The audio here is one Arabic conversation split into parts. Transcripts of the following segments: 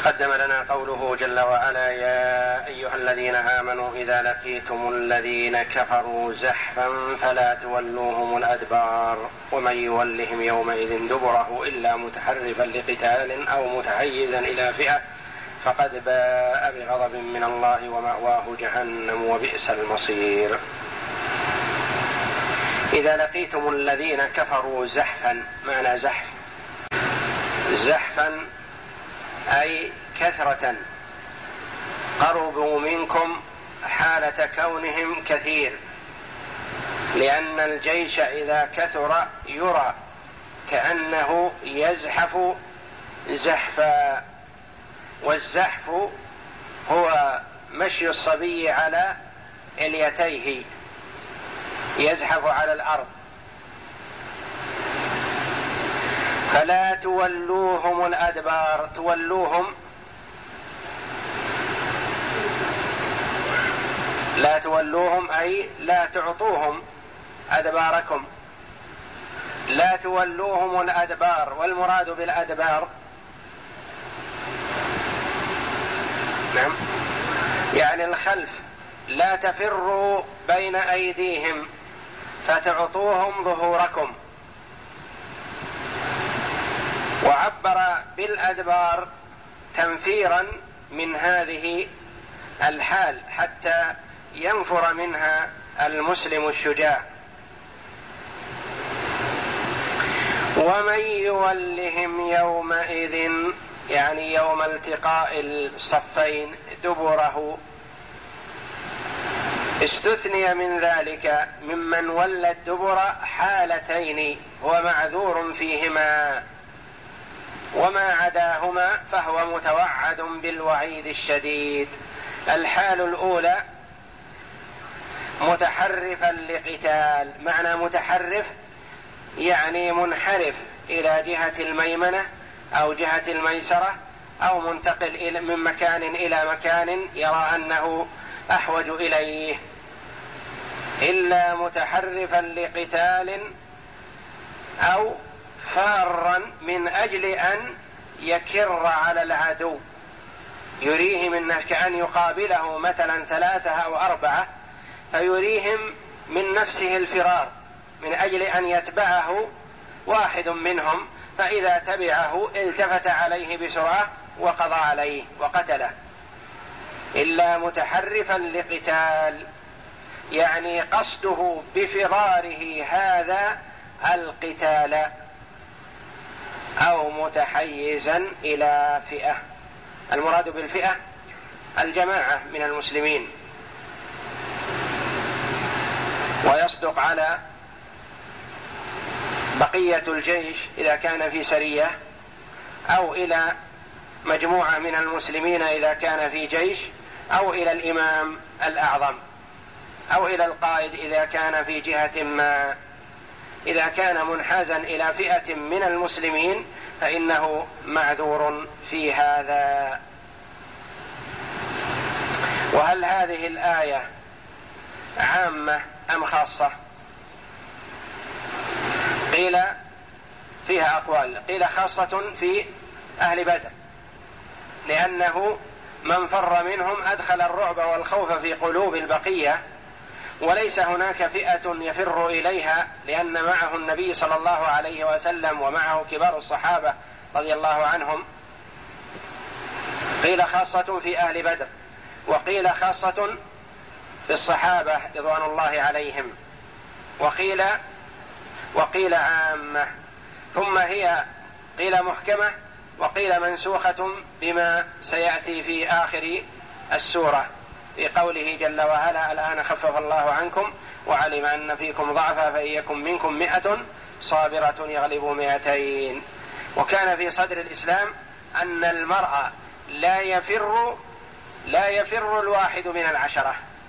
تقدم لنا قوله جل وعلا: يا أيها الذين آمنوا إذا لقيتم الذين كفروا زحفا فلا تولوهم الأدبار ومن يولهم يومئذ دبره إلا متحرفا لقتال أو متحيزا إلى فئة فقد باء بغضب من الله ومأواه جهنم وبئس المصير. إذا لقيتم الذين كفروا زحفا، معنى زحف زحفا أي كثرة، قربوا منكم حالة كونهم كثير، لأن الجيش إذا كثر يرى كأنه يزحف زحفا، والزحف هو مشي الصبي على إليتيه، يزحف على الأرض. فلا تولوهم الأدبار، تولوهم لا تولوهم أي لا تعطوهم أدباركم، لا تولوهم الأدبار. والمراد بالأدبار نعم يعني الخلف، لا تفروا بين أيديهم فتعطوهم ظهوركم. وعبر بالأدبار تنفيرا من هذه الحال حتى ينفر منها المسلم الشجاع. ومن يولهم يومئذ يعني يوم التقاء الصفين دبره، استثني من ذلك ممن ولى الدبر حالتين هو معذور فيهما، وما عداهما فهو متوعد بالوعيد الشديد. الحال الأولى متحرفا لقتال، معنى متحرف يعني منحرف إلى جهة الميمنة أو جهة الميسرة، أو منتقل من مكان إلى مكان يرى أنه أحوج إليه، إلا متحرفا لقتال أو فارا من أجل أن يكر على العدو، يريهم أنه كأن يقابله مثلا 3 أو 4، فيريهم من نفسه الفرار من أجل أن يتبعه واحد منهم، فإذا تبعه التفت عليه بسرعة وقضى عليه وقتله. إلا متحرفا لقتال يعني قصده بفراره هذا القتال، أو متحيزا إلى فئة. المراد بالفئة الجماعة من المسلمين، ويصدق على بقية الجيش إذا كان في سرية، أو إلى مجموعة من المسلمين إذا كان في جيش، أو إلى الإمام الأعظم، أو إلى القائد إذا كان في جهة ما. إذا كان منحازا إلى فئة من المسلمين فإنه معذور في هذا. وهل هذه الآية عامة أم خاصة؟ قيل فيها أقوال، قيل خاصة في أهل بدر، لأنه من فر منهم أدخل الرعب والخوف في قلوب البقية، وليس هناك فئة يفر إليها، لأن معه النبي صلى الله عليه وسلم ومعه كبار الصحابة رضي الله عنهم. قيل خاصة في أهل بدر، وقيل خاصة في الصحابة رضوان الله عليهم، وقيل عامة. ثم هي قيل محكمة وقيل منسوخة بما سيأتي في آخر السورة في قوله جل وعلا: الآن خفف الله عنكم وعلم أن فيكم ضعفا فإن يكن منكم 100 صابرة يغلبوا 200. وكان في صدر الإسلام أن المرء لا يفر الواحد من 10،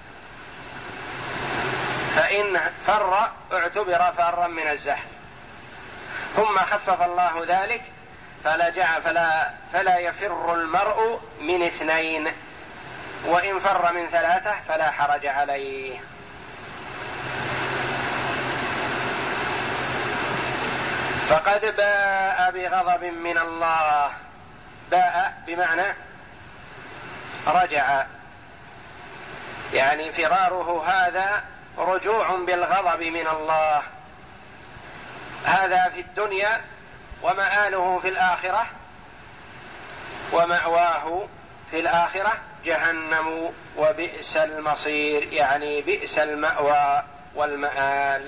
فإن فر اعتبر فارا من الزحف. ثم خفف الله ذلك فلا يفر المرء من 2، وإن فر من 3 فلا حرج عليه. فقد باء بغضب من الله، باء بمعنى رجع، يعني فراره هذا رجوع بالغضب من الله، هذا في الدنيا ومآله في الآخرة، ومأواه في الآخرة جهنم وبئس المصير، يعني بئس المأوى والمآل.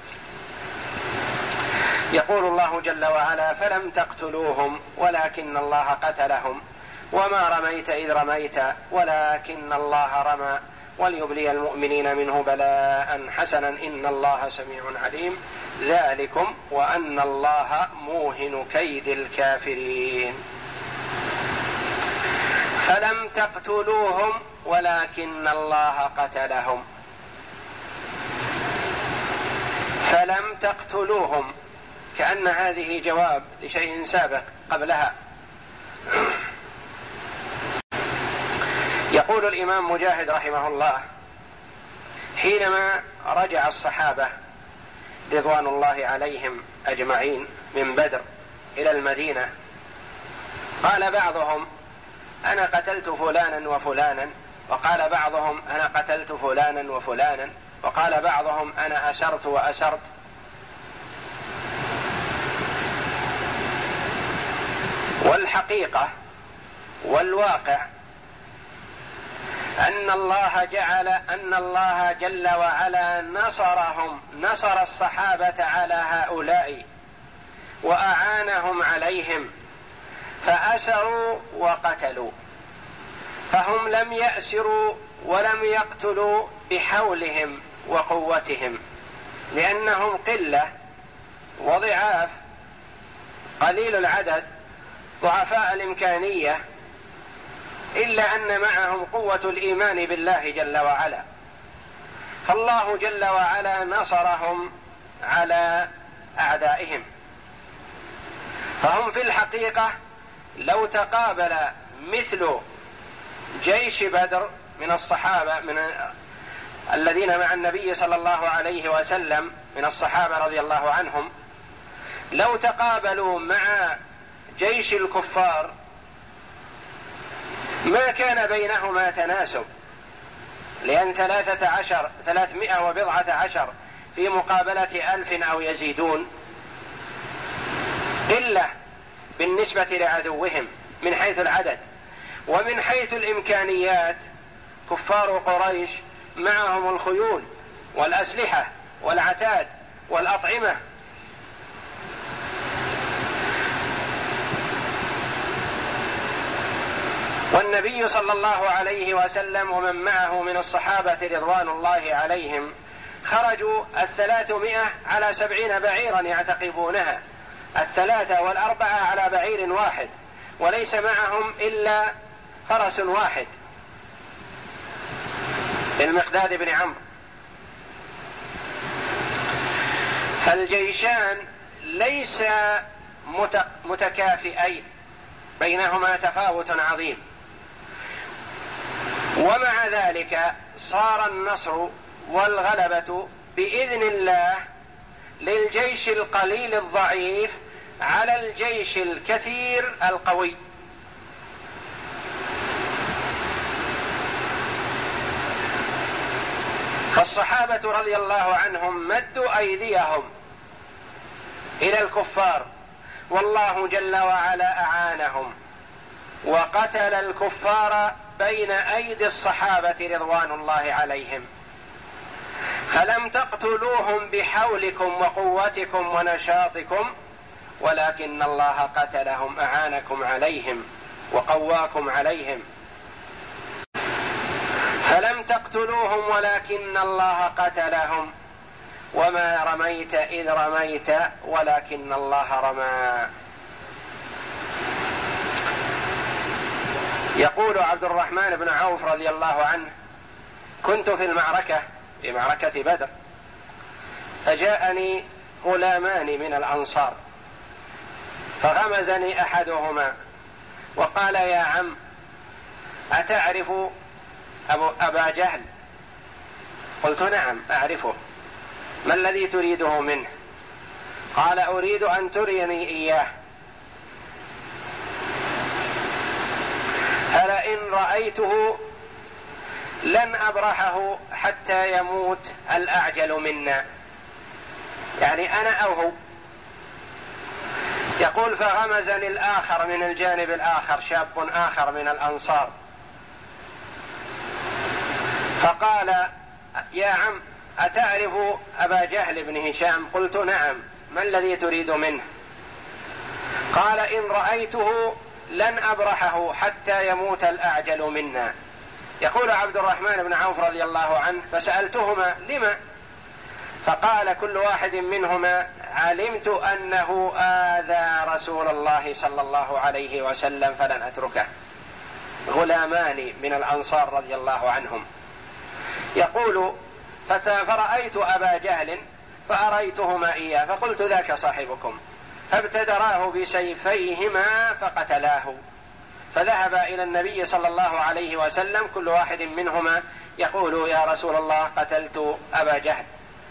يقول الله جل وعلا: فلم تقتلوهم ولكن الله قتلهم وما رميت إذ رميت ولكن الله رمى وليبلي المؤمنين منه بلاء حسنا إن الله سميع عليم. ذلكم وأن الله موهن كيد الكافرين. فلم تقتلوهم ولكن الله قتلهم. فلم تقتلوهم كأن هذه جواب لشيء سابق قبلها. يقول الإمام مجاهد رحمه الله: حينما رجع الصحابة رضوان الله عليهم أجمعين من بدر إلى المدينة، قال بعضهم: أنا قتلت فلانا وفلانا، وقال بعضهم: أنا قتلت فلانا وفلانا، وقال بعضهم: أنا أسرت وأسرت. والحقيقة والواقع أن الله جل وعلا نصر الصحابة على هؤلاء وأعانهم عليهم، فأسروا وقتلوا، فهم لم يأسروا ولم يقتلوا بحولهم وقوتهم، لأنهم قلة وضعاف، قليل العدد، ضعفاء الإمكانية، إلا أن معهم قوة الإيمان بالله جل وعلا، فالله جل وعلا نصرهم على أعدائهم. فهم في الحقيقة لو تقابل مثل جيش بدر من الصحابة من الذين مع النبي صلى الله عليه وسلم من الصحابة رضي الله عنهم، لو تقابلوا مع جيش الكفار ما كان بينهما تناسب، لأن 310 في مقابلة 1000 أو يزيدون قلة بالنسبة لعدوهم من حيث العدد، ومن حيث الإمكانيات كفار قريش معهم الخيول والأسلحة والعتاد والأطعمة، والنبي صلى الله عليه وسلم ومن معه من الصحابة رضوان الله عليهم خرجوا 300 على 70 بعيرا يعتقبونها، 3 و4 على بعير واحد، وليس معهم إلا فرس واحد المقداد بن عمرو. فالجيشان ليس متكافئين، بينهما تفاوت عظيم، ومع ذلك صار النصر والغلبة بإذن الله للجيش القليل الضعيف على الجيش الكثير القوي. فالصحابة رضي الله عنهم مدوا أيديهم إلى الكفار، والله جل وعلا أعانهم وقتل الكفار بين أيدي الصحابة رضوان الله عليهم. فلم تقتلوهم بحولكم وقوتكم ونشاطكم، ولكن الله قتلهم، أعانكم عليهم وقواكم عليهم. فلم تقتلوهم ولكن الله قتلهم وما رميت إذ رميت ولكن الله رمى. يقول عبد الرحمن بن عوف رضي الله عنه: كنت في المعركة، في معركة بدر، فجاءني غلامان من الأنصار، فغمزني أحدهما وقال: يا عم، أتعرف أبا جهل؟ قلت: نعم أعرفه. ما الذي تريده منه؟ قال: أريد أن تريني إياه. رأيته لن أبرحه حتى يموت الأعجل منا، يعني أنا أو هو. يقول فغمزني الآخر من الجانب الآخر، شاب آخر من الأنصار، فقال يا عم أتعرف أبا جهل بن هشام؟ قلت نعم، ما الذي تريد منه؟ قال إن رأيته لن أبرحه حتى يموت الأعجل منا. يقول عبد الرحمن بن عوف رضي الله عنه فسألتهما لما؟ فقال كل واحد منهما علمت أنه آذى رسول الله صلى الله عليه وسلم فلن أتركه. غلامان من الأنصار رضي الله عنهم. يقول فرأيت أبا جهل فأريتهما إياه فقلت ذاك صاحبكم، فابتدراه بسيفيهما فقتلاه، فذهب إلى النبي صلى الله عليه وسلم كل واحد منهما يقول يا رسول الله قتلت أبا جهل،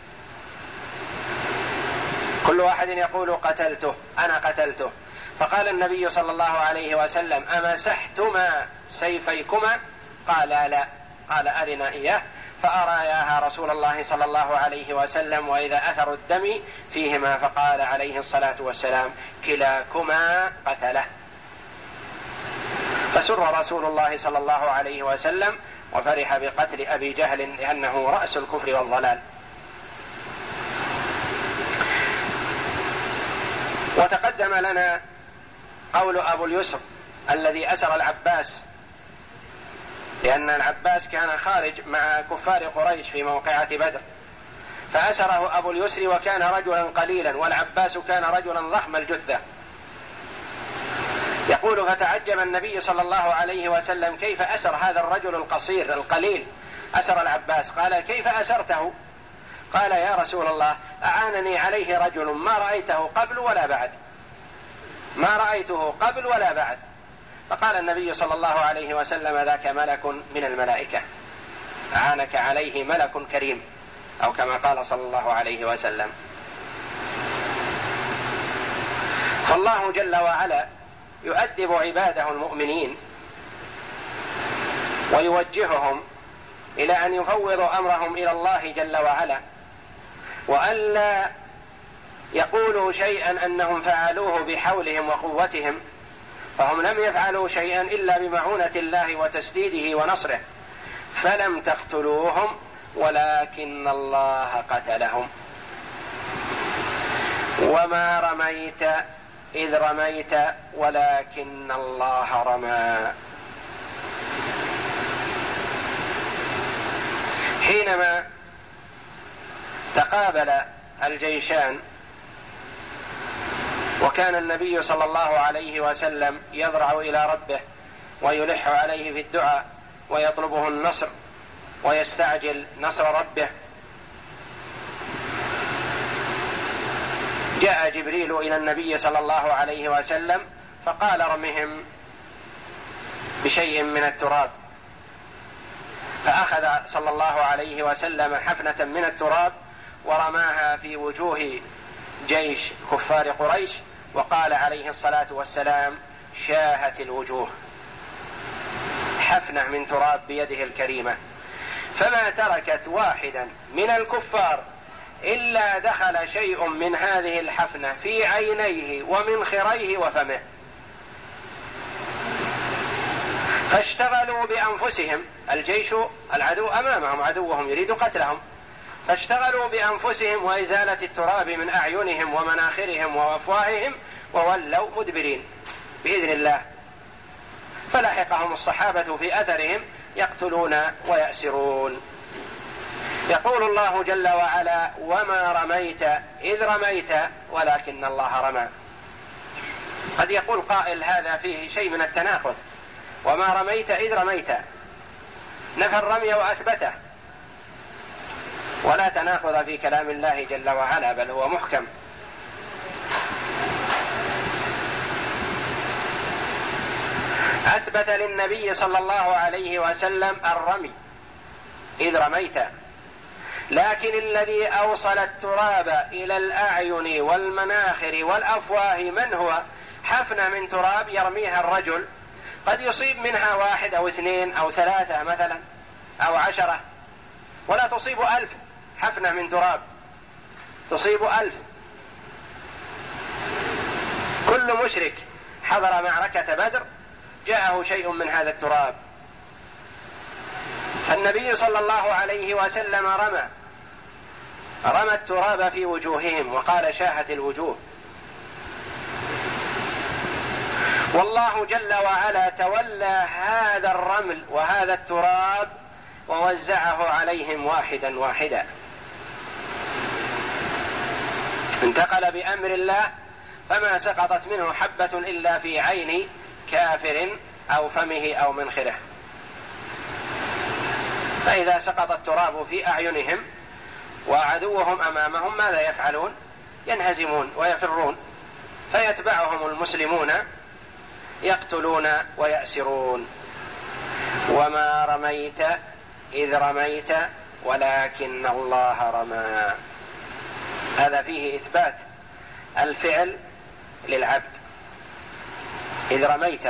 كل واحد يقول قتلته، أنا قتلته. فقال النبي صلى الله عليه وسلم أمسحتما سيفيكما؟ قال لا. قال أرنا إياه، فأراياها رسول الله صلى الله عليه وسلم وإذا أثر الدم فيهما، فقال عليه الصلاة والسلام كلاكما قتله. فسر رسول الله صلى الله عليه وسلم وفرح بقتل أبي جهل لأنه رأس الكفر والضلال. وتقدم لنا قول أبو اليسر الذي أسر العباس، لأن العباس كان خارج مع كفار قريش في موقعة بدر، فأسره أبو اليسر وكان رجلا قليلا، والعباس كان رجلا ضخم الجثة. يقول فتعجب النبي صلى الله عليه وسلم كيف أسر هذا الرجل القصير القليل، أسر العباس. قال كيف أسرته؟ قال يا رسول الله أعانني عليه رجل ما رأيته قبل ولا بعد، ما رأيته قبل ولا بعد. فقال النبي صلى الله عليه وسلم ذاك ملك من الملائكة، أعانك عليه ملك كريم، أو كما قال صلى الله عليه وسلم. فالله جل وعلا يؤدب عباده المؤمنين ويوجههم إلى أن يفوضوا أمرهم إلى الله جل وعلا، وألا يقولوا شيئا أنهم فعلوه بحولهم وقوتهم، فهم لم يفعلوا شيئا إلا بمعونة الله وتسديده ونصره. فلم تقتلوهم ولكن الله قتلهم، وما رميت إذ رميت ولكن الله رمى. حينما تقابل الجيشان وكان النبي صلى الله عليه وسلم يضرع إلى ربه ويلح عليه في الدعاء ويطلبه النصر ويستعجل نصر ربه، جاء جبريل إلى النبي صلى الله عليه وسلم فقال ارمهم بشيء من التراب، فأخذ صلى الله عليه وسلم حفنة من التراب ورماها في وجوه جيش كفار قريش، وقال عليه الصلاة والسلام شاهت الوجوه، حفنة من تراب بيده الكريمة، فما تركت واحدا من الكفار إلا دخل شيء من هذه الحفنة في عينيه ومنخريه وفمه، فاشتغلوا بأنفسهم، الجيش العدو أمامهم، عدوهم يريد قتلهم، فاشتغلوا بأنفسهم وإزالة التراب من أعينهم ومناخرهم وأفواههم وولوا مدبرين بإذن الله. فلحقهم الصحابة في أثرهم يقتلون ويأسرون. يقول الله جل وعلا وما رميت إذ رميت ولكن الله رمى. قد يقول قائل هذا فيه شيء من التناقض، وما رميت إذ رميت نفى الرمي وأثبته، ولا تناقض في كلام الله جل وعلا بل هو محكم. أثبت للنبي صلى الله عليه وسلم الرمي إذ رميت، لكن الذي أوصل التراب إلى الأعين والمناخر والأفواه من هو؟ حفنة من تراب يرميها الرجل قد يصيب منها 1 أو 2 أو 3 مثلا أو 10، ولا تصيب 1000 حفنة من تراب، تصيب 1000. كل مشرك حضر معركة بدر جاءه شيء من هذا التراب. فالنبي صلى الله عليه وسلم رمى التراب في وجوههم وقال شاهت الوجوه. والله جل وعلا تولى هذا الرمل وهذا التراب ووزعه عليهم واحدا واحدا، انتقل بأمر الله، فما سقطت منه حبة إلا في عين كافر أو فمه أو منخره. فإذا سقط التراب في أعينهم وعدوهم أمامهم ماذا يفعلون؟ ينهزمون ويفرون، فيتبعهم المسلمون يقتلون ويأسرون. وما رميت إذ رميت ولكن الله رمى. هذا فيه إثبات الفعل للعبد إذ رميت،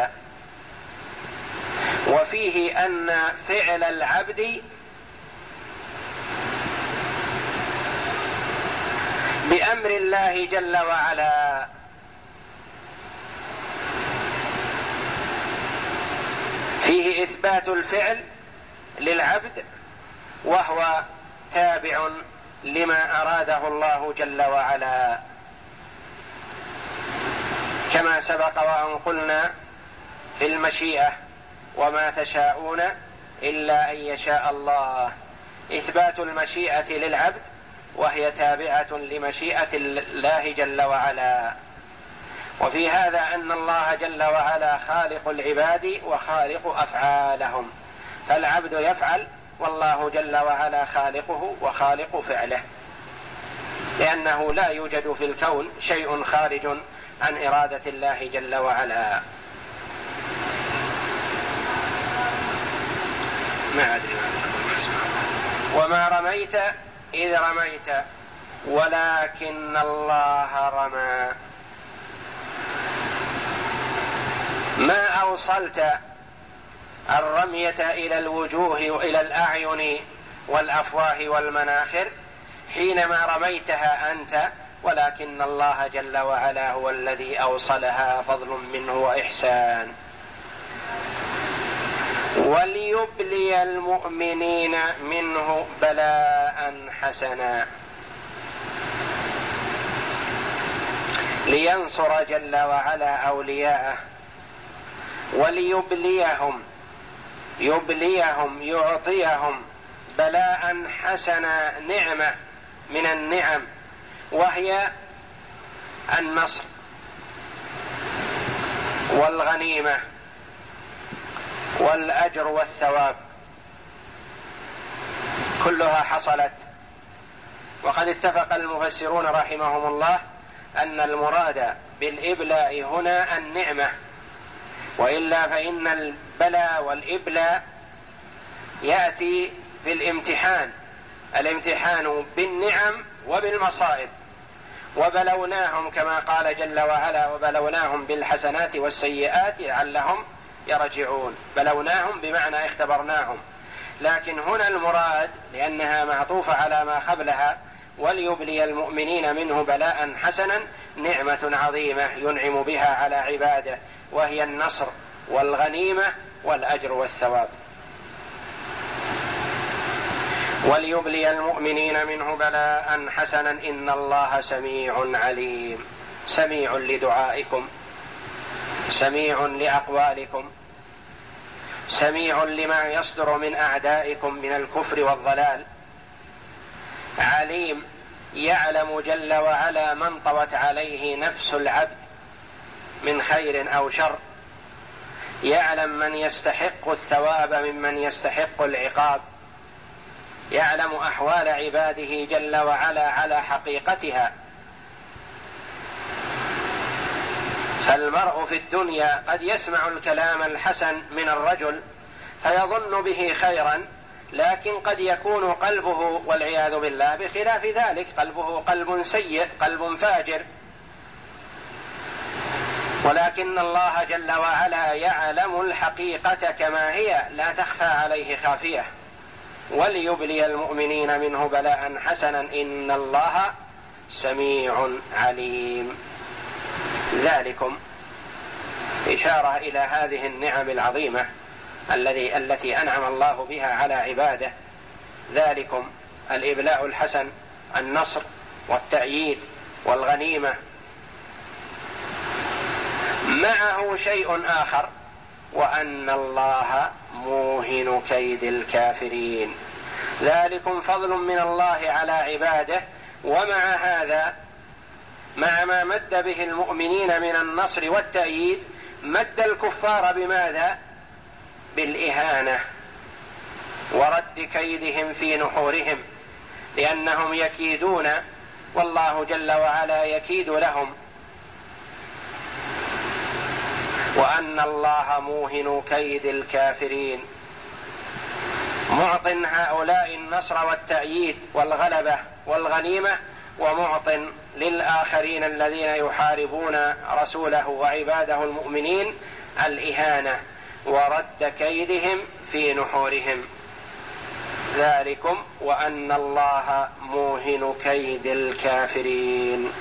وفيه أن فعل العبد بأمر الله جل وعلا، فيه إثبات الفعل للعبد وهو تابع لما أراده الله جل وعلا، كما سبق وأن قلنا في المشيئة وما تشاءون إلا أن يشاء الله، إثبات المشيئة للعبد وهي تابعة لمشيئة الله جل وعلا. وفي هذا أن الله جل وعلا خالق العباد وخالق أفعالهم، فالعبد يفعل والله جل وعلا خالقه وخالق فعله، لأنه لا يوجد في الكون شيء خارج عن إرادة الله جل وعلا. ما أدري وما رميت إذ رميت ولكن الله رمى. ما أوصلت الرمية إلى الوجوه وإلى الأعين والأفواه والمناخر حينما رميتها أنت، ولكن الله جل وعلا هو الذي أوصلها، فضل منه وإحسان. وليبلي المؤمنين منه بلاء حسنا، لينصر جل وعلا أولياءه، وليبليهم يعطيهم بلاء حسنا، نعمة من النعم، وهي النصر والغنيمة والأجر والثواب، كلها حصلت. وقد اتفق المفسرون رحمهم الله أن المراد بالإبلاء هنا النعمة، وإلا فإن البلاء والإبلاء يأتي في الامتحان بالنعم وبالمصائب. وبلوناهم كما قال جل وعلا وبلوناهم بالحسنات والسيئات لعلهم يرجعون، بلوناهم بمعنى اختبرناهم، لكن هنا المراد لأنها معطوفة على ما قبلها وليبلي المؤمنين منه بلاء حسنا، نعمة عظيمة ينعم بها على عباده، وهي النصر والغنيمة والأجر والثواب. وليبلي المؤمنين منه بلاء حسنا إن الله سميع عليم، سميع لدعائكم، سميع لأقوالكم، سميع لما يصدر من أعدائكم من الكفر والضلال، عليم يعلم جل وعلا من طوت عليه نفس العبد من خير أو شر، يعلم من يستحق الثواب ممن يستحق العقاب، يعلم أحوال عباده جل وعلا على حقيقتها. فالمرء في الدنيا قد يسمع الكلام الحسن من الرجل فيظن به خيرا، لكن قد يكون قلبه والعياذ بالله بخلاف ذلك، قلبه قلب سيء، قلب فاجر. ولكن الله جل وعلا يعلم الحقيقة كما هي لا تخفى عليه خافية، وليبلي المؤمنين منه بلاء حسنا إن الله سميع عليم. ذلكم إشارة إلى هذه النعم العظيمة التي أنعم الله بها على عباده. ذلكم الإبلاء الحسن، النصر والتأييد والغنيمة. معه شيء آخر، وأن الله موهن كيد الكافرين. ذلكم فضل من الله على عباده. ومع هذا، مع ما مد به المؤمنين من النصر والتأييد، مد الكفار بماذا؟ بالإهانة ورد كيدهم في نحورهم، لأنهم يكيدون والله جل وعلا يكيد لهم. وأن الله موهن كيد الكافرين، معط هؤلاء النصر والتأييد والغلبة والغنيمة، ومعط للآخرين الذين يحاربون رسوله وعباده المؤمنين الإهانة ورد كيدهم في نحورهم. ذلكم وأن الله موهن كيد الكافرين.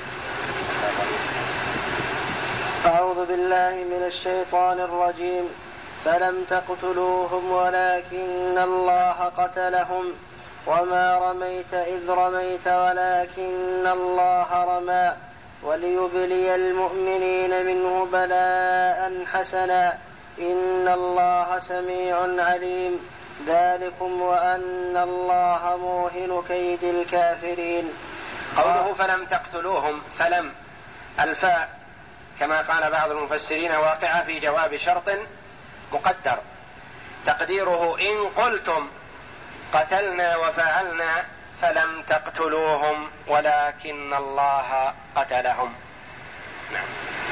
أعوذ بالله من الشيطان الرجيم. فلم تقتلوهم ولكن الله قتلهم وما رميت إذ رميت ولكن الله رمى وليبلي المؤمنين منه بلاء حسنا إن الله سميع عليم. ذلكم وأن الله موهن كيد الكافرين. قوله فلم تقتلوهم، فلم الفاء كما قال بعض المفسرين واقعة في جواب شرط مقدر، تقديره إن قلتم قتلنا وفعلنا فلم تقتلوهم ولكن الله قتلهم. نعم.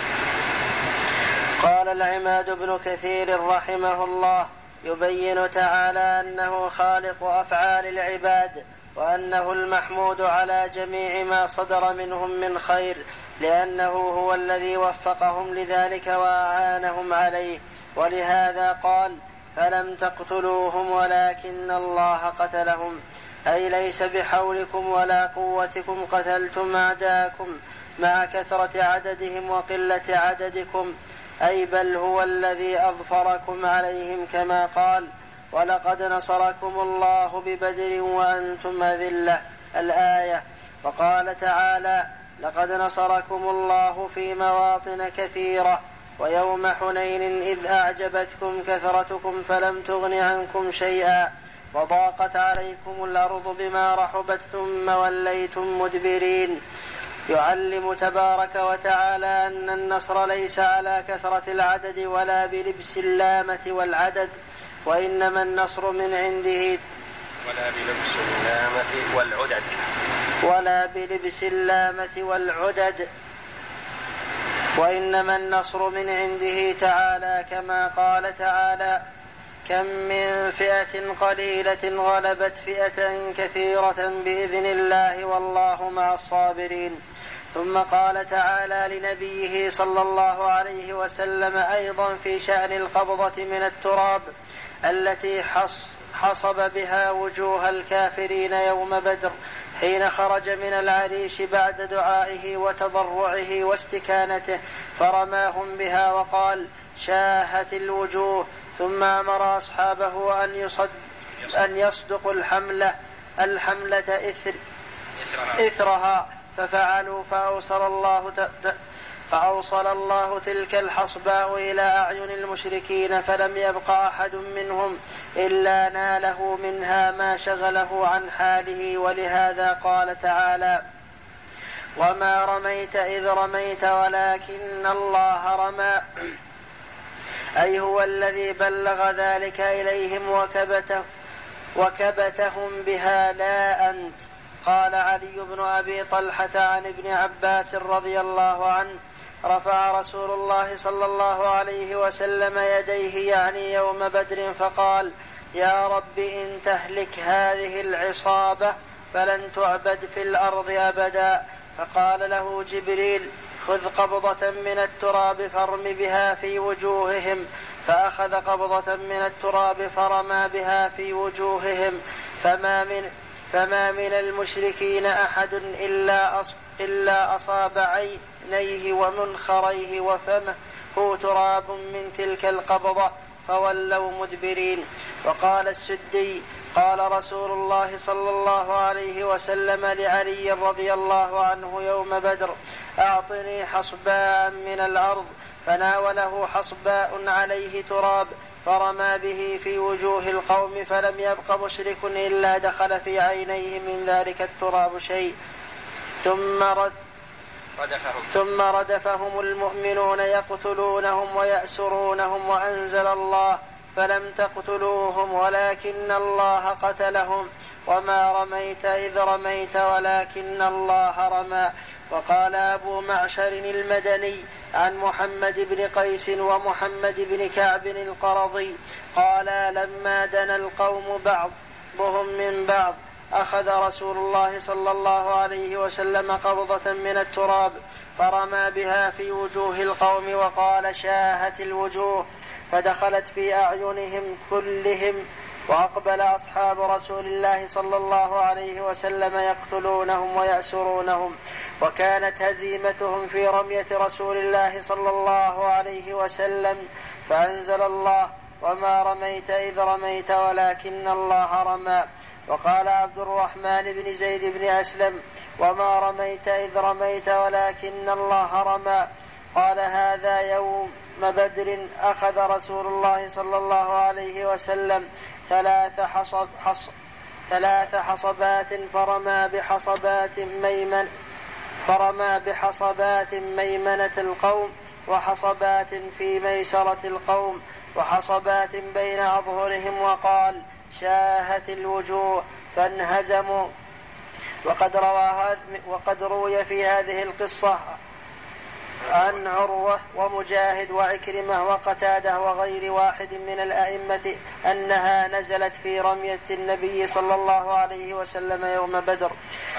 قال العماد بن كثير رحمه الله يبين تعالى أنه خالق أفعال العباد، وأنه المحمود على جميع ما صدر منهم من خير، لأنه هو الذي وفقهم لذلك وأعانهم عليه. ولهذا قال فلم تقتلوهم ولكن الله قتلهم، أي ليس بحولكم ولا قوتكم قتلتم أعداءكم مع كثرة عددهم وقلة عددكم، أي بل هو الذي أظفركم عليهم كما قال ولقد نصركم الله ببدر وأنتم أذلة الآية. وقال تعالى لقد نصركم الله في مواطن كثيرة ويوم حنين إذ أعجبتكم كثرتكم فلم تغن عنكم شيئا وضاقت عليكم الأرض بما رحبت ثم وليتم مدبرين. يعلم تبارك وتعالى أن النصر ليس على كثرة العدد ولا بلبس اللامة والعدد، وإنما النصر من عنده ولا بلبس اللامة والعدد وإنما النصر من عنده تعالى، كما قال تعالى كم من فئة قليلة غلبت فئة كثيرة بإذن الله والله مع الصابرين. ثم قال تعالى لنبيه صلى الله عليه وسلم أيضا في شأن القبضة من التراب التي حصب بها وجوه الكافرين يوم بدر حين خرج من العريش بعد دعائه وتضرعه واستكانته فرماهم بها وقال شاهت الوجوه، ثم أمر أصحابه أن يصدقوا الحملة إثرها ففعلوا فأوصل الله تلك الحصباء إلى أعين المشركين فلم يبق أحد منهم إلا ناله منها ما شغله عن حاله. ولهذا قال تعالى وما رميت إذ رميت ولكن الله رمى، أي هو الذي بلغ ذلك إليهم وكبتهم بها لا أنت. قال علي بن أبي طلحة عن ابن عباس رضي الله عنه رفع رسول الله صلى الله عليه وسلم يديه يعني يوم بدر فقال يا رب إن تهلك هذه العصابة فلن تعبد في الأرض أبدا. فقال له جبريل خذ قبضة من التراب فارم بها في وجوههم، فأخذ قبضة من التراب فرمى بها في وجوههم، فما من المشركين أحد إلا أصاب عينيه ومنخريه وفمه تراب من تلك القبضة فولوا مدبرين. وقال السدي قال رسول الله صلى الله عليه وسلم لعلي رضي الله عنه يوم بدر: أعطني حصباء من الأرض، فناوله حصباء عليه تراب فرمى به في وجوه القوم، فلم يبق مشرك إلا دخل في عينيه من ذلك التراب شيء. ثم ردفهم المؤمنون يقتلونهم ويأسرونهم، وأنزل الله: فلم تقتلوهم ولكن الله قتلهم، وما رميت إذ رميت ولكن الله رمى. وقال أبو معشر المدني عن محمد بن قيس ومحمد بن كعب القرظي قال: لما دنا القوم بعضهم من بعض أخذ رسول الله صلى الله عليه وسلم قبضة من التراب فرمى بها في وجوه القوم وقال: شاهت الوجوه، فدخلت في أعينهم كلهم. وأقبل أصحاب رسول الله صلى الله عليه وسلم يقتلونهم ويأسرونهم، وكانت هزيمتهم في رمية رسول الله صلى الله عليه وسلم، فأنزل الله: وما رميت إذ رميت ولكن الله رمى. وقال عبد الرحمن بن زيد بن أسلم: وما رميت إذ رميت ولكن الله رمى. قال: هذا يوم بدر أخذ رسول الله صلى الله عليه وسلم 3 حصبات فرمى بحصبات ميمنة القوم، وحصبات في ميسرة القوم، وحصبات بين أظهرهم، وقال: شاهت الوجوه فانهزموا. وقد روي في هذه القصة عن عروة ومجاهد وعكرمة وقتادة وغير واحد من الأئمة أنها نزلت في رمية النبي صلى الله عليه وسلم يوم بدر.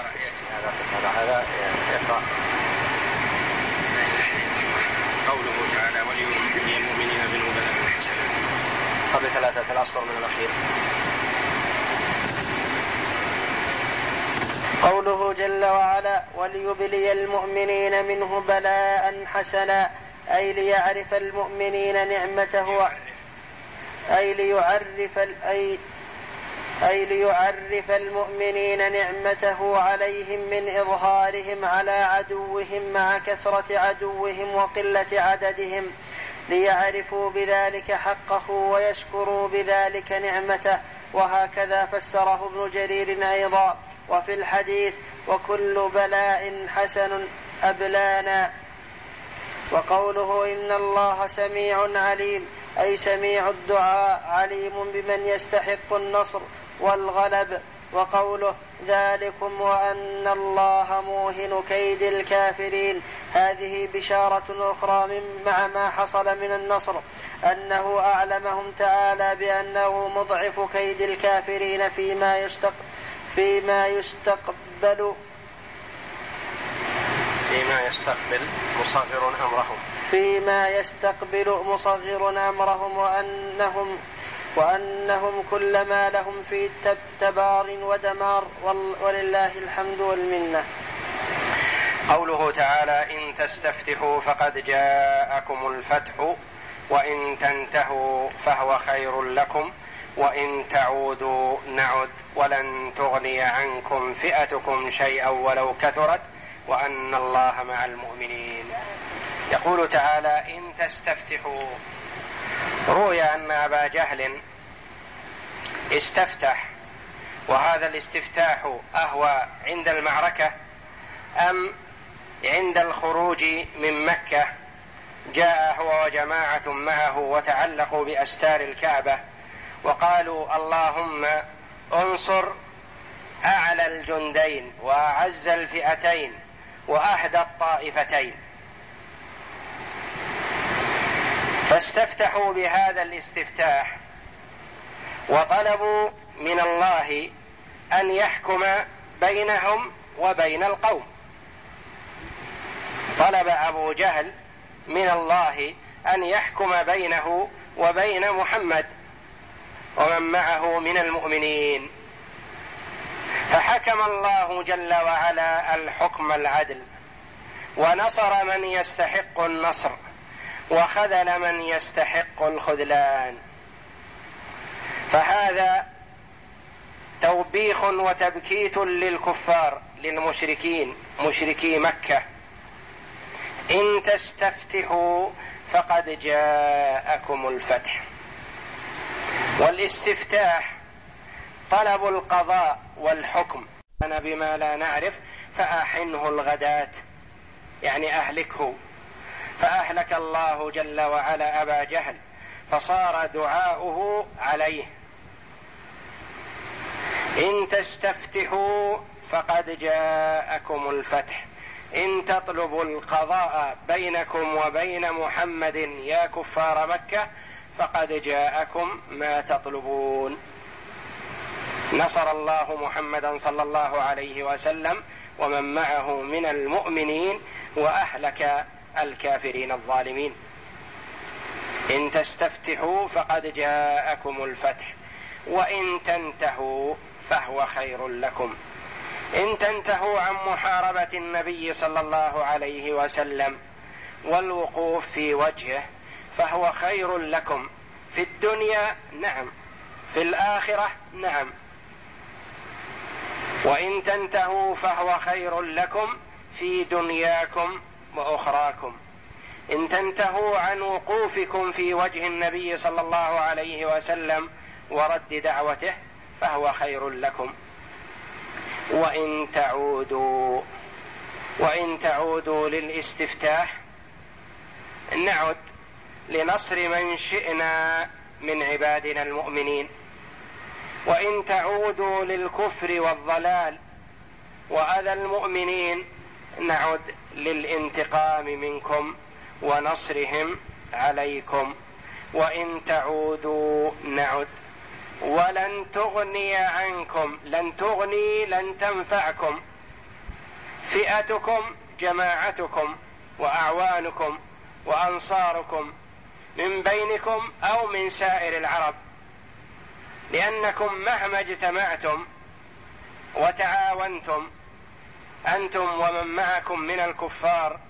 قوله تعالى: وليبلي المؤمنين منه بلاء حسنا قبل 3 أسطر من الأخير. قوله جل وعلا: وليبلي المؤمنين منه بلاء حسنا، أي ليعرف المؤمنين نعمته، أي ليعرف المؤمنين نعمته عليهم من إظهارهم على عدوهم مع كثرة عدوهم وقلة عددهم، ليعرفوا بذلك حقه ويشكروا بذلك نعمته. وهكذا فسره ابن جرير أيضا. وفي الحديث: وكل بلاء حسن أبلانا. وقوله: إن الله سميع عليم، أي سميع الدعاء عليم بمن يستحق النصر والغلب. وقوله: ذلكم وأن الله موهن كيد الكافرين، هذه بشارة أخرى مع ما حصل من النصر، أنه أعلمهم تعالى بأنه مضعف كيد الكافرين فيما يستقبل مصغر أمرهم، وأنهم كلما لهم في تبار ودمار، ولله الحمد والمنة. قوله تعالى: إن تستفتحوا فقد جاءكم الفتح وإن تنتهوا فهو خير لكم وإن تعودوا نعد ولن تغني عنكم فئتكم شيئا ولو كثرت وأن الله مع المؤمنين. يقول تعالى: إن تستفتحوا. روي أن أبا جهل استفتح، وهذا الاستفتاح أهوى عند المعركة أم عند الخروج من مكة؟ جاء هو وجماعة معه وتعلقوا بأستار الكعبة وقالوا: اللهم انصر أعلى الجندين وأعز الفئتين وأهدى الطائفتين. فاستفتحوا بهذا الاستفتاح وطلبوا من الله أن يحكم بينهم وبين القوم، طلب أبو جهل من الله أن يحكم بينه وبين محمد ومن معه من المؤمنين، فحكم الله جل وعلا الحكم العدل، ونصر من يستحق النصر وخذل من يستحق الخذلان. فهذا توبيخ وتبكيت للكفار للمشركين مشركي مكة: إن تستفتحوا فقد جاءكم الفتح. والاستفتاح طلب القضاء والحكم، أنا بما لا نعرف فأحنه الغداة، يعني أهلكه. فأهلك الله جل وعلا أبا جهل، فصار دعاؤه عليه: إن تستفتحوا فقد جاءكم الفتح، إن تطلبوا القضاء بينكم وبين محمد يا كفار مكة فقد جاءكم ما تطلبون. نصر الله محمدا صلى الله عليه وسلم ومن معه من المؤمنين، وأهلك الكافرين الظالمين. إن تستفتحوا فقد جاءكم الفتح وإن تنتهوا فهو خير لكم. إن تنتهوا عن محاربة النبي صلى الله عليه وسلم والوقوف في وجهه فهو خير لكم في الدنيا، نعم، في الآخرة نعم. وإن تنتهوا فهو خير لكم في دنياكم وأخراكم. إن تنتهوا عن وقوفكم في وجه النبي صلى الله عليه وسلم ورد دعوته فهو خير لكم. وإن تعودوا للاستفتاح نعد لنصر من شئنا من عبادنا المؤمنين. وإن تعودوا للكفر والضلال وأذى المؤمنين نعد للانتقام منكم ونصرهم عليكم. وإن تعودوا نعد. ولن تغني عنكم، لن تغني لن تنفعكم فئتكم جماعتكم وأعوانكم وأنصاركم من بينكم أو من سائر العرب، لأنكم مهما اجتمعتم وتعاونتم أنتم ومن معكم من الكفار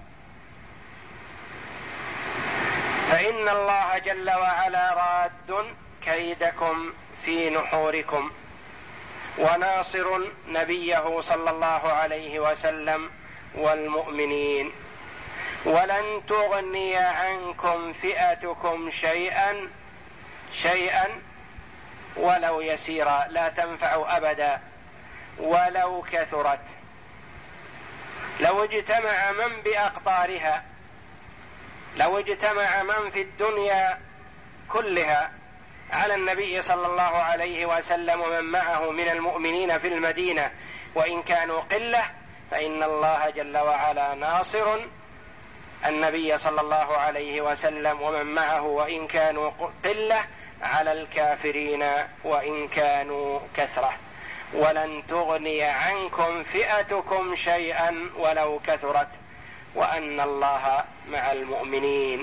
فإن الله جل وعلا راد كيدكم في نحوركم، وناصر نبيه صلى الله عليه وسلم والمؤمنين. ولن تغني عنكم فئتكم شيئا ولو يسيرا، لا تنفع أبدا ولو كثرت. لو اجتمع من بأقطارها، لو اجتمع من في الدنيا كلها على النبي صلى الله عليه وسلم ومن معه من المؤمنين في المدينة وإن كانوا قلة، فإن الله جل وعلا ناصر النبي صلى الله عليه وسلم ومن معه وإن كانوا قلة على الكافرين وإن كانوا كثرة. ولن تغني عنكم فئتكم شيئا ولو كثرت وأن الله مع المؤمنين.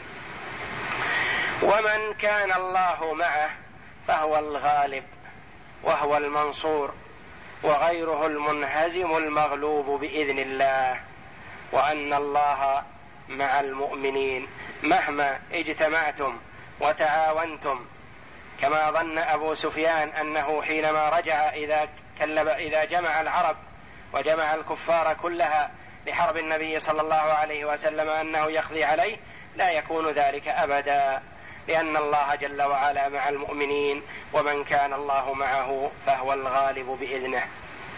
ومن كان الله معه فهو الغالب وهو المنصور، وغيره المنهزم المغلوب بإذن الله. وأن الله مع المؤمنين مهما اجتمعتم وتعاونتم، كما ظن أبو سفيان أنه حينما رجع إذا جمع العرب وجمع الكفار كلها لحرب النبي صلى الله عليه وسلم أنه يقضي عليه، لا يكون ذلك أبدا، لأن الله جل وعلا مع المؤمنين، ومن كان الله معه فهو الغالب بإذنه.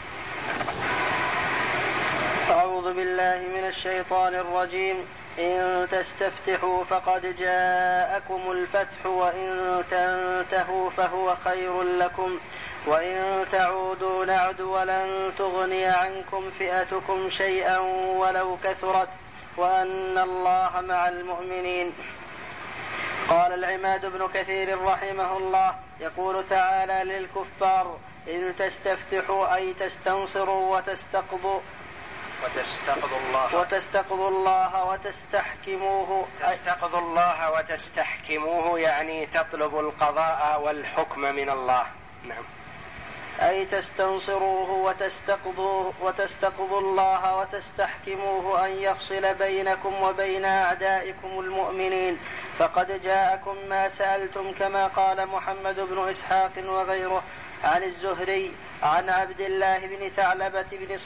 أعوذ بالله من الشيطان الرجيم. إن تستفتحوا فقد جاءكم الفتح وإن تنتهوا فهو خير لكم وإن تعودوا نعد ولن تغني عنكم فئتكم شيئا ولو كثرت وأن الله مع المؤمنين. قال العماد بن كثير رحمه الله: يقول تعالى للكفار: إن تستفتحوا أي تستنصروا وتستقضوا وتستقضوا الله وتستحكموه. تستقضوا الله وتستحكموه يعني تطلب القضاء والحكم من الله. نعم. أي تستنصروه وتستقضوا الله وتستحكموه أن يفصل بينكم وبين أعدائكم المؤمنين، فقد جاءكم ما سألتم، كما قال محمد بن إسحاق وغيره عن الزهري عن عبد الله بن ثعلبة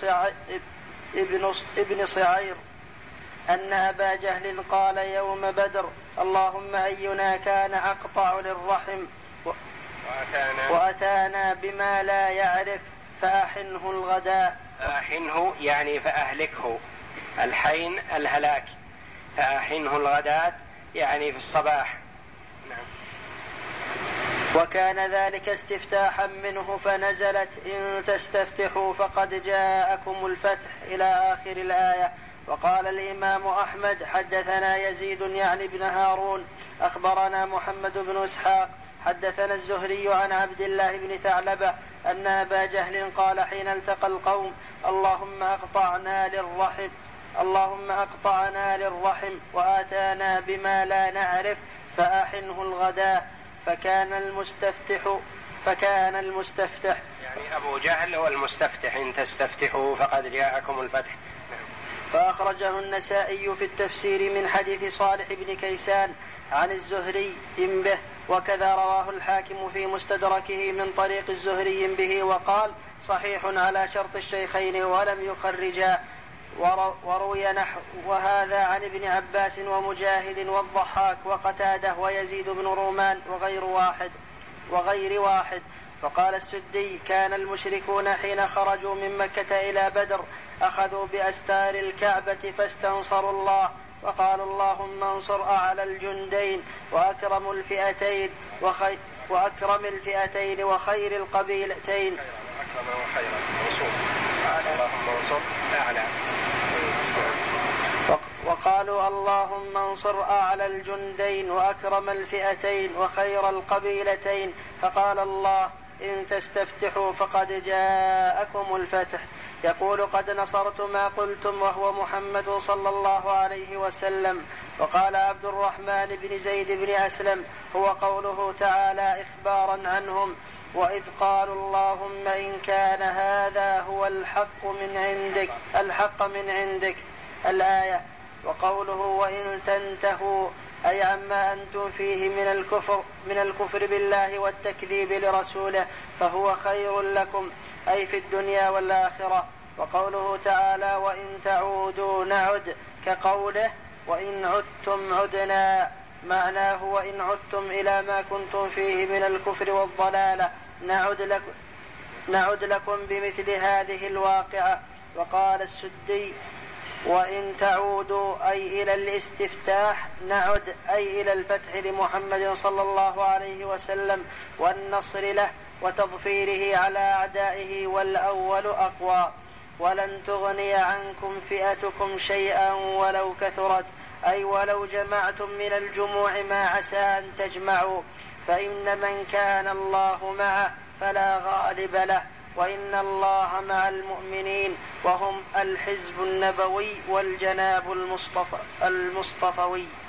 ابن صعير أن أبا جهل قال يوم بدر: اللهم أينا كان أقطع للرحم وأتانا بما لا يعرف فأحنه الغداء. فأحنه يعني فأهلكه، الحين الهلاك، فأحنه الغداء يعني في الصباح. نعم. وكان ذلك استفتاحا منه، فنزلت: إن تستفتحوا فقد جاءكم الفتح إلى آخر الآية. وقال الإمام أحمد: حدثنا يزيد يعني بن هارون أخبرنا محمد بن إسحاق حدثنا الزهري عن عبد الله بن ثعلبة أن أبا جهل قال حين التقى القوم: اللهم أقطعنا للرحم وآتانا بما لا نعرف فأحنه الغداء. فكان المستفتح يعني أبو جهل هو المستفتح: إن تستفتحوا فقد جاءكم الفتح. فأخرجه النسائي في التفسير من حديث صالح بن كيسان عن الزهري به، وكذا رواه الحاكم في مستدركه من طريق الزهري به، وقال: صحيح على شرط الشيخين ولم يخرجا. وروي نحو وهذا عن ابن عباس ومجاهد والضحاك وقتاده ويزيد بن رومان وغير واحد. فقال السدي: كان المشركون حين خرجوا من مكة إلى بدر أخذوا بأستار الكعبة فاستنصروا الله وقالوا: اللهم انصر أعلى الجندين وأكرم الفئتين وخير القبيلتين. وقالوا: اللهم انصر أعلى الجندين وأكرم الفئتين وخير القبيلتين. فقال الله: إن تستفتحوا فقد جاءكم الفتح. يقول: قد نصرت ما قلتم، وهو محمد صلى الله عليه وسلم. وقال عبد الرحمن بن زيد بن أسلم: هو قوله تعالى إخبارا عنهم: وإذ قالوا اللهم إن كان هذا هو الحق من عندك الآية. وقوله: وإن تنتهوا أي عما أنتم فيه من الكفر بالله والتكذيب لرسوله فهو خير لكم، أي في الدنيا والآخرة. وقوله تعالى: وإن تعودوا نعد، كقوله: وإن عدتم عدنا، معناه: وإن عدتم إلى ما كنتم فيه من الكفر والضلالة نعد لكم بمثل هذه الواقعة. وقال السدي: وإن تعودوا أي إلى الاستفتاح، نعد أي إلى الفتح لمحمد صلى الله عليه وسلم والنصر له وتظفيره على أعدائه، والأول أقوى. ولن تغني عنكم فئتكم شيئا ولو كثرت، أي ولو جمعتم من الجموع ما عسى أن تجمعوا، فإن من كان الله معه فلا غالب له، وإن الله مع المؤمنين وهم الحزب النبوي والجناب المصطفوي.